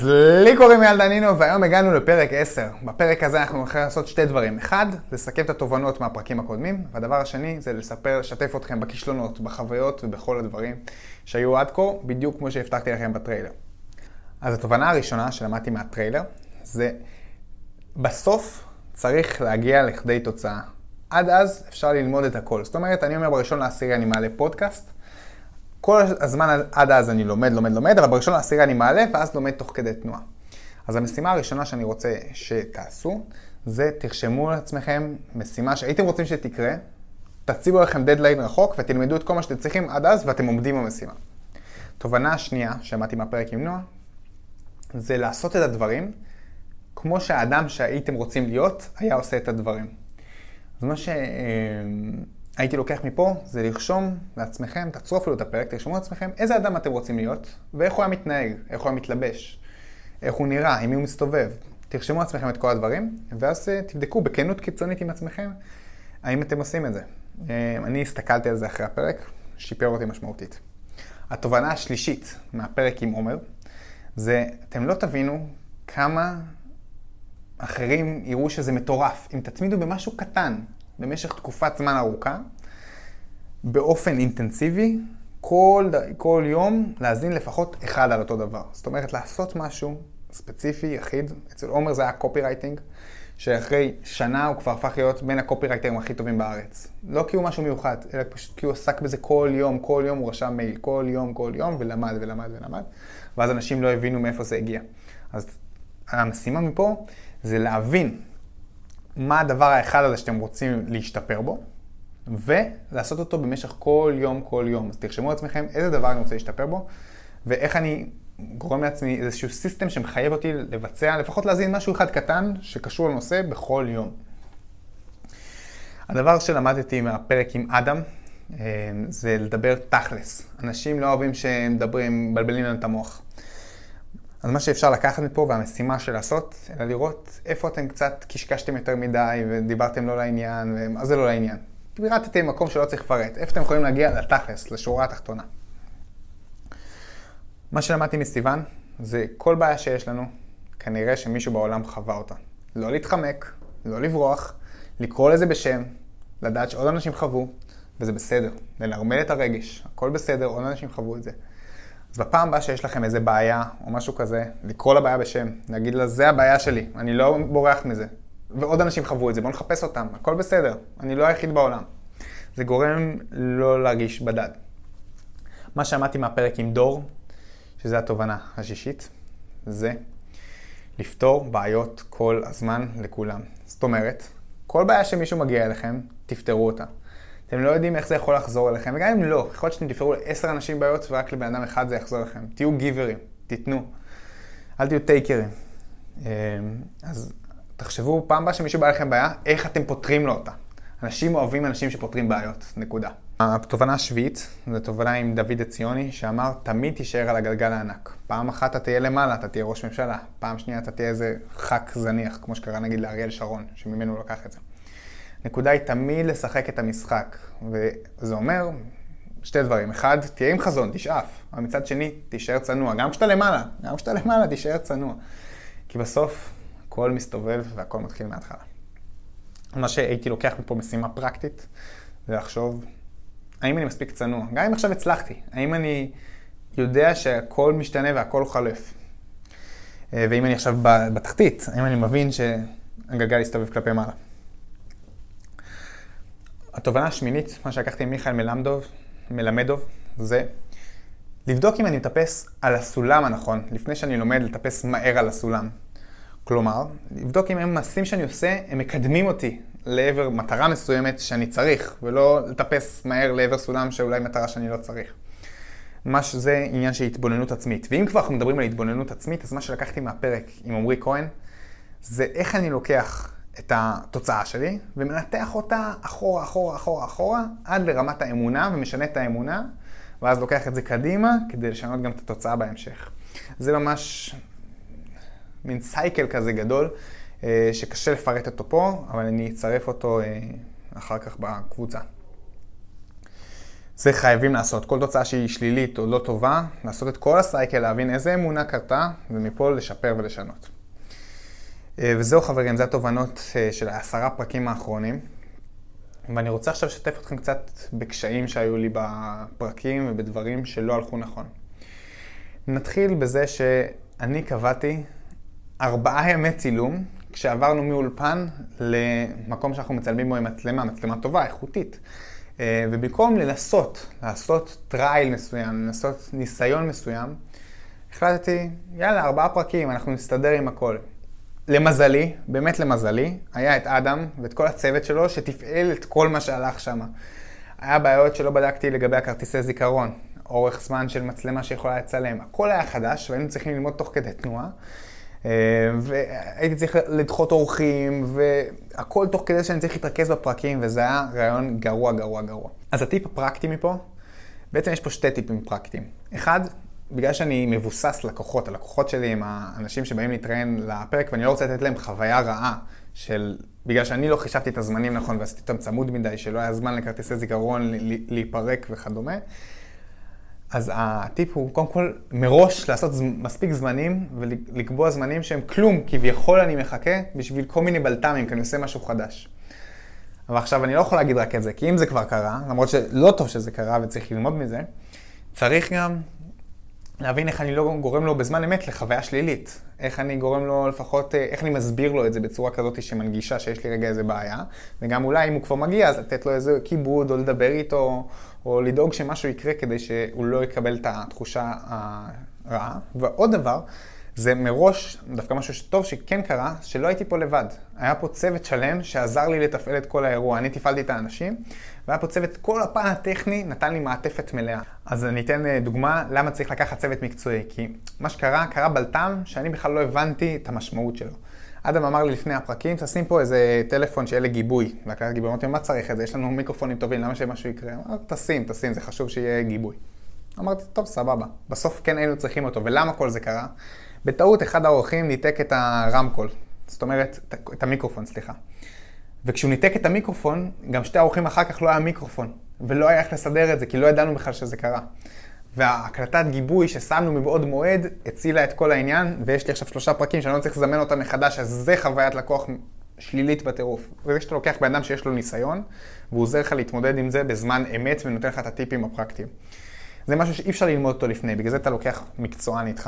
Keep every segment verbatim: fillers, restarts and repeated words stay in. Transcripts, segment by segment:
לי קוראים אייל דנינו, והיום הגענו לפרק עשר. בפרק הזה אנחנו הולכים לעשות שתי דברים. אחד, לסכם את התובנות מהפרקים הקודמים, והדבר השני זה לספר, לשתף אתכם בכישלונות, בחוויות ובכל הדברים שהיו עד כה, בדיוק כמו שהבטחתי לכם בטריילר. אז התובנה הראשונה שלמדתי מהטריילר, זה בסוף צריך להגיע לכדי תוצאה. עד אז אפשר ללמוד את הכל. זאת אומרת, אני אומר בראשון לעשירי אני מעלה פודקאסט, כל הזמן עד אז אני לומד, לומד, לומד, אבל בראשון לעשירי אני מעלה, ואז לומד תוך כדי תנועה. אז המשימה הראשונה שאני רוצה שתעשו, זה תרשמו לעצמכם משימה שהייתם רוצים שתקרה, תציבו לכם דדליין רחוק, ותלמדו את כל מה שאתם צריכים עד אז, ואתם עומדים במשימה. תובנה השנייה, שמעתי מהפרק עם נועה, זה לעשות את הדברים, כמו שהאדם שהייתם רוצים להיות, היה עושה את הדברים. אז מה שהייתי לוקח מפה, זה לרשום לעצמכם, תעצרו אפילו את הפרק, תרשמו לעצמכם איזה אדם אתם רוצים להיות, ואיך הוא היה מתנהג, איך הוא היה מתלבש, איך הוא נראה, עם מי הוא מסתובב. תרשמו לעצמכם את כל הדברים, ואז תבדקו בכנות קיצונית עם עצמכם, האם אתם עושים את זה. אני הסתכלתי על זה אחרי הפרק, שיפר אותי משמעותית. התובנה השלישית מהפרק עם עומר, זה אתם לא תבינו כמה אחרים יראו שזה מטורף. אם תתמידו במשהו קטן, במשך תקופת זמן ארוכה, באופן אינטנסיבי, כל, כל יום להזין לפחות אחד על אותו דבר. זאת אומרת, לעשות משהו ספציפי, יחיד. אצל עומר זה היה קופירייטינג, שאחרי שנה הוא כבר הפך להיות בין הקופירייטרים הכי טובים בארץ. לא כי הוא משהו מיוחד, אלא פשוט כי הוא עסק בזה כל יום, כל יום הוא רשם מייל, כל יום, כל יום, ולמד ולמד ולמד. ואז אנשים לא הבינו מאיפה זה הגיע. אז המשימה מפה זה להבין מה הדבר האחד הזה שאתם רוצים להשתפר בו, ולעשות אותו במשך כל יום, כל יום. אז תרשמו לעצמכם איזה דבר אני רוצה להשתפר בו, ואיך אני גורם לעצמי איזשהו סיסטם שמחייב אותי לבצע, לפחות להזין משהו אחד קטן שקשור לנושא בכל יום. הדבר שלמדתי מהפרק עם אדם, זה לדבר תכלס. אנשים לא אוהבים שמדברים, בלבלים לנו את המוח. אז מה שאפשר לקחת מפה והמשימה של לעשות, אלא לראות איפה אתם קצת קשקשתם יותר מדי ודיברתם לא לעניין, אז זה לא לעניין. פירטתם מקום שלא צריך לפרט, איפה אתם יכולים להגיע לתכלס, לשורה התחתונה. מה שלמדתי מסיוון, זה כל בעיה שיש לנו, כנראה שמישהו בעולם חווה אותה. לא להתחמק, לא לברוח, לקרוא לזה בשם, לדעת שעוד אנשים חוו, וזה בסדר. לנרמל את הרגש, הכל בסדר, עוד אנשים חוו את זה. אז בפעם הבאה שיש לכם איזה בעיה או משהו כזה, לקרוא לבעיה בשם, להגיד לה, זה הבעיה שלי, אני לא בורח מזה. ועוד אנשים חוו את זה, בואו נחפש אותם, הכל בסדר, אני לא היחיד בעולם. זה גורם לא להרגיש בדד. מה שאמרתי מהפרק עם דור, שזה התובנה השישית, זה לפתור בעיות כל הזמן לכולם. זאת אומרת, כל בעיה שמישהו מגיע אליכם, תפתרו אותה. אתם לא יודעים איך זה יכול לחזור אליכם, וגם אם לא, יכול להיות שאתם תפתרו לעשר אנשים בעיות ורק לבן אדם אחד זה יחזור אליכם. תהיו גיברים, תיתנו, אל תהיו טייקרים. אז תחשבו פעם הבאה שמישהו בא לכם בעיה, איך אתם פותרים לו אותה. אנשים אוהבים אנשים שפותרים בעיות, נקודה. התובנה השביעית, זו תובנה עם דוד הציוני, שאמר, תמיד תישאר על הגלגל הענק. פעם אחת אתה תהיה למעלה, אתה תהיה ראש ממשלה. פעם שנייה אתה תהיה איזה חק זניח, כמו שקרה נגיד לאריאל שרון, שממנו לקח את זה. נקודה היא תמיד לשחק את המשחק, וזה אומר שתי דברים. אחד, תהיה עם חזון, תשאף. אבל מצד שני, תישאר צנוע. גם כשאתה למעלה, גם כשאתה למעלה, תישאר צנוע. כי בסוף, הכל מסתובב והכל מתחיל מההתחלה. מה שהייתי לוקח מפה משימה פרקטית, זה לחשוב, האם אני מספיק צנוע? גם אם עכשיו הצלחתי, האם אני יודע שהכל משתנה והכל חלף? ואם אני עכשיו בתחתית, האם אני מבין שהגלגל יסתובב כלפי מעלה? התובנה השמינית, מה שלקחתי עם מיכאל מלמדוב, מלמדוב, זה לבדוק אם אני מטפס על הסולם הנכון, לפני שאני לומד לטפס מהר על הסולם. כלומר, לבדוק אם המעשים שאני עושה, הם מקדמים אותי לעבר מטרה מסוימת שאני צריך, ולא לטפס מהר לעבר סולם שאולי מטרה שאני לא צריך. מה שזה עניין של התבוננות עצמית. ואם כבר אנחנו מדברים על התבוננות עצמית, אז מה שלקחתי מהפרק עם עמרי כהן, זה איך אני לוקח את התוצאה שלי, ומנתח אותה אחורה, אחורה, אחורה, אחורה, עד לרמת האמונה, ומשנה את האמונה, ואז לוקח את זה קדימה, כדי לשנות גם את התוצאה בהמשך. זה ממש מין סייקל כזה גדול, שקשה לפרט אותו פה, אבל אני אצרף אותו אחר כך בקבוצה. זה חייבים לעשות. כל תוצאה שהיא שלילית או לא טובה, לעשות את כל הסייקל, להבין איזה אמונה קרתה, ומפה לשפר ולשנות. וזהו חברים, זה התובנות של העשרה פרקים האחרונים. ואני רוצה עכשיו לשתף אתכם קצת בקשיים שהיו לי בפרקים ובדברים שלא הלכו נכון. נתחיל בזה שאני קבעתי ארבעה ימי צילום, כשעברנו מאולפן למקום שאנחנו מצלמים בו עם מצלמה, מצלמה טובה, איכותית. ובמקום לנסות, לעשות טרייל מסוים, לנסות ניסיון מסוים, החלטתי, יאללה, ארבעה פרקים, אנחנו נסתדר עם הכל. למזלי, באמת למזלי, היה את אדם ואת כל הצוות שלו שתפעל את כל מה שהלך שם. היה בעיות שלא בדקתי לגבי הכרטיסי זיכרון, אורך זמן של מצלמה שיכולה לצלם. הכל היה חדש והיינו צריכים ללמוד תוך כדי תנועה. והייתי צריך לדחות אורחים, והכל תוך כדי שאני צריך להתרכז בפרקים, וזה היה רעיון גרוע, גרוע, גרוע. אז הטיפ הפרקטי מפה, בעצם יש פה שתי טיפים פרקטיים. אחד, בגלל שאני מבוסס לקוחות, הלקוחות שלי הם האנשים שבאים להתראיין לפרק, ואני לא רוצה לתת להם חוויה רעה, של, בגלל שאני לא חישבתי את הזמנים נכון, ועשיתי אותם צמוד מדי, שלא היה זמן לכרטיסי זיכרון להיפרק וכדומה. אז הטיפ הוא קודם כל מראש לעשות מספיק זמנים ולקבוע זמנים שהם כלום, כביכול אני מחכה בשביל כל מיני בלת"מים, כי אני עושה משהו חדש. אבל עכשיו אני לא יכול להגיד רק את זה, כי אם זה כבר קרה, למרות שלא טוב שזה קרה וצריך ללמוד מזה, צריך גם להבין איך אני לא גורם לו בזמן אמת לחוויה שלילית. איך אני גורם לו לפחות, איך אני מסביר לו את זה בצורה כזאת שמנגישה שיש לי רגע איזה בעיה. וגם אולי אם הוא כבר מגיע, אז לתת לו איזה כיבוד או לדבר איתו, או לדאוג שמשהו יקרה כדי שהוא לא יקבל את התחושה הרעה. ועוד דבר, זה מראש, דווקא משהו שטוב שכן קרה, שלא הייתי פה לבד. היה פה צוות שלם שעזר לי לתפעל את כל האירוע. אני תפעלתי את האנשים, והיה פה צוות, כל הפן הטכני נתן לי מעטפת מלאה. אז אני אתן דוגמה למה צריך לקחת צוות מקצועי. כי מה שקרה, קרה בלת"ם שאני בכלל לא הבנתי את המשמעות שלו. אדם אמר לי לפני הפרקים, תשים פה איזה טלפון שיהיה לגיבוי. להקלטת גיבוי, אמרתי, מה צריך את זה? יש לנו מיקרופונים טובים, למה שמשהו יקרה? אמרתי, תשים, תשים, זה חשוב שיהיה גיבוי. אמרתי, טוב, סבבה. בסוף כן היינו צריכים אותו. ולמה כל זה קרה? בטעות אחד האורחים ניתק את הרמקול. זאת אומרת, את המיקרופון, סליחה. וכשהוא ניתק את המיקרופון, גם שתי האורחים אחר כך לא היה מיקרופון. ולא היה איך לסדר את זה, כי לא ידענו בכלל שזה קרה. וההקלטת גיבוי ששמנו מבעוד מועד, הצילה את כל העניין, ויש לי עכשיו שלושה פרקים שאני לא צריך לזמן אותם מחדש, אז זה חוויית לקוח שלילית בטירוף. וזה שאתה לוקח באדם שיש לו ניסיון, והוא עוזר לך להתמודד עם זה בזמן אמת, ונותן לך את הטיפים הפרקטיים. זה משהו שאי אפשר ללמוד אותו לפני, בגלל זה אתה לוקח מקצוען איתך.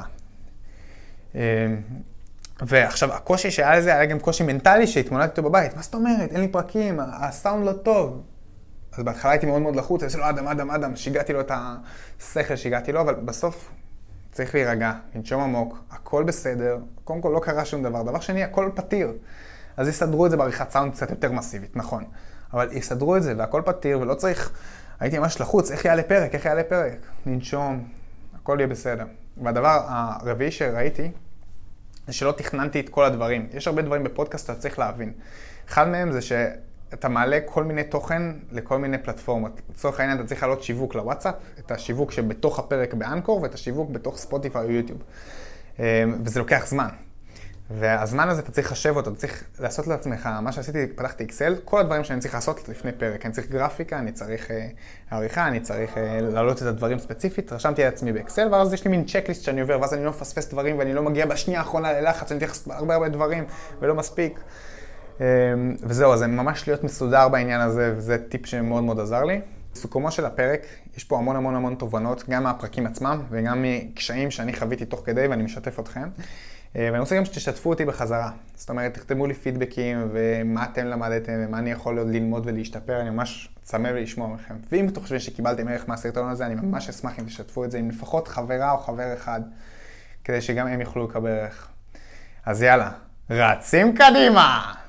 ועכשיו, הקושי שהיה לזה, היה גם קושי מנטלי שהתמודדתי אותו בבית. מה זאת אומרת? אין לי פרקים, הסאונד לא טוב. אז בהתחלה הייתי מאוד מאוד לחוץ, אני לו, אדם, אדם, אדם, שיגעתי לו את השכל, שיגעתי לו, אבל בסוף צריך להירגע, לנשום עמוק, הכל בסדר, קודם כל לא קרה שום דבר. דבר שני, הכל פתיר. אז יסדרו את זה בעריכת סאונד קצת יותר מסיבית, נכון. אבל יסדרו את זה והכל פתיר, ולא צריך, הייתי ממש לחוץ, איך יעלה פרק, איך יעלה פרק. לנשום, הכל יהיה בסדר. והדבר הרביעי שראיתי, זה שלא תכננתי את כל הדברים. יש הרבה דברים בפודקאסט שאתה צריך להבין. אחד מהם זה שאתה מעלה כל מיני תוכן לכל מיני פלטפורמות. לצורך העניין אתה צריך לעלות שיווק לוואטסאפ, את השיווק שבתוך הפרק באנקור ואת השיווק בתוך ספוטיפיי או יוטיוב. וזה לוקח זמן. והזמן הזה אתה צריך לחשב אותו, אתה צריך לעשות לעצמך, מה שעשיתי, פתחתי אקסל, כל הדברים שאני צריך לעשות לפני פרק. אני צריך גרפיקה, אני צריך עריכה, אני צריך להעלות את הדברים ספציפית, רשמתי לעצמי באקסל, ואז יש לי מין צ'קליסט שאני עובר, ואז אני לא מפספס דברים, ואני לא מגיע בשנייה האחרונה ללחץ, אני צריך הרבה הרבה דברים, ולא מספיק. וזהו, אז זה ממש להיות מסודר בעניין הזה, וזה טיפ שמאוד מאוד עזר לי. בסיכומו של הפרק, יש פה המון המון המון תובנות, גם מהפרקים עצמם, וגם מקשיים שאני חוויתי תוך כדי, ואני משתף אתכם. ואני רוצה גם שתשתפו אותי בחזרה. זאת אומרת, תכתבו לי פידבקים ומה אתם למדתם ומה אני יכול עוד ללמוד ולהשתפר. אני ממש צמא ולשמוע מכם. ואם אתם חושבים שקיבלתם ערך מהסרטון הזה, אני ממש אשמח אם תשתפו את זה עם לפחות חברה או חבר אחד, כדי שגם הם יוכלו לקבל ערך. אז יאללה, רצים קדימה!